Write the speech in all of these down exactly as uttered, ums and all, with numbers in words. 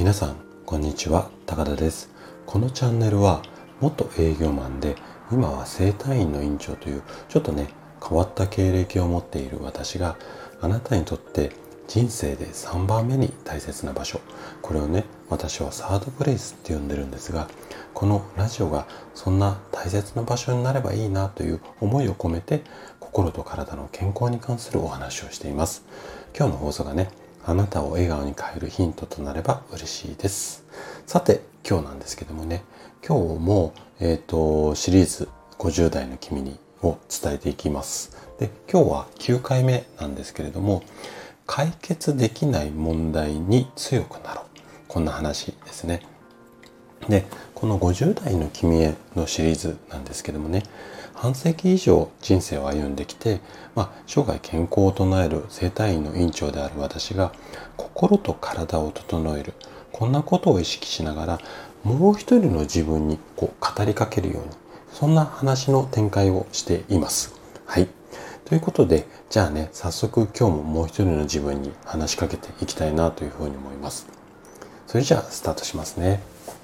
皆さんこんにちは、高田です。このチャンネルは元営業マンで今は整体院の院長というちょっとね変わった経歴を持っている私が、あなたにとって人生でさんばんめに大切な場所、これをね私はサードプレイスって呼んでるんですが、このラジオがそんな大切な場所になればいいなという思いを込めて、心と体の健康に関するお話をしています。今日の放送がねあなたを笑顔に変えるヒントとなれば嬉しいです。さて今日なんですけどもね、今日も、えーと、シリーズごじゅう代の君にを伝えていきます。で、今日はきゅうかいめなんですけれども、解決できない問題に強くなろう、こんな話ですね。で、このごじゅう代の君へのシリーズなんですけどもね、半世紀以上人生を歩んできて、まあ、生涯健康を唱える整体院の院長である私が、心と体を整える、こんなことを意識しながら、もう一人の自分にこう語りかけるように、そんな話の展開をしています。はい。ということで、じゃあね、早速今日ももう一人の自分に話しかけていきたいなというふうに思います。それじゃあスタートしますね。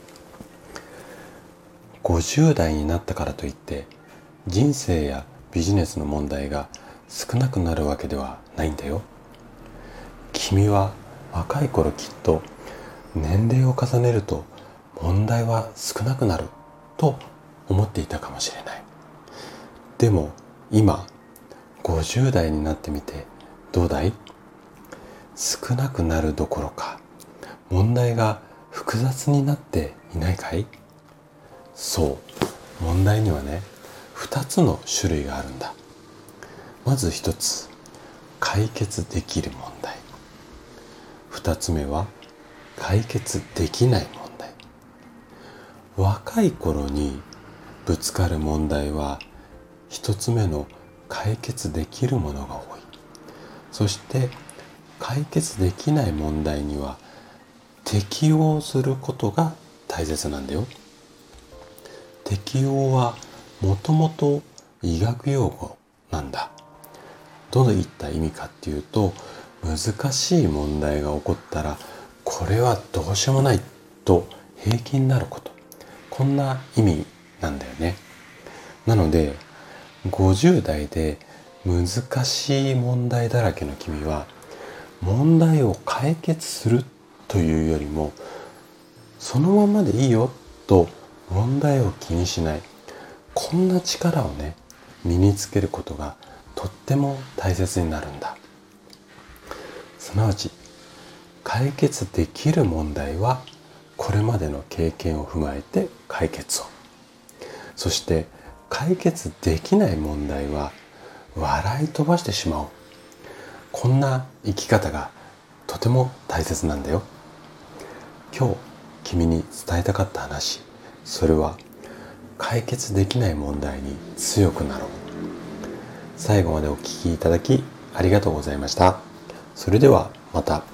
ごじゅう代になったからといって人生やビジネスの問題が少なくなるわけではないんだよ。君は若い頃きっと年齢を重ねると問題は少なくなると思っていたかもしれない。でも今ごじゅう代になってみてどうだい？少なくなるどころか問題が複雑になっていないかい？そう、問題にはねふたつの種類があるんだ。まずひとつ、解決できる問題。ふたつめは解決できない問題。若い頃にぶつかる問題はひとつめの解決できるものが多い。そして解決できない問題には適応することが大切なんだよ。適応はもともと医学用語なんだ。どういった意味かっていうと、難しい問題が起こったらこれはどうしようもないと平気になること、こんな意味なんだよね。なのでごじゅう代で難しい問題だらけの君は、問題を解決するというよりもそのままでいいよと問題を気にしない、こんな力をね身につけることがとっても大切になるんだ。すなわち解決できる問題はこれまでの経験を踏まえて解決を、そして解決できない問題は笑い飛ばしてしまおう、こんな生き方がとても大切なんだよ。今日君に伝えたかった話、それは解決できない問題に強くなろう。最後までお聞きいただきありがとうございました。それではまた。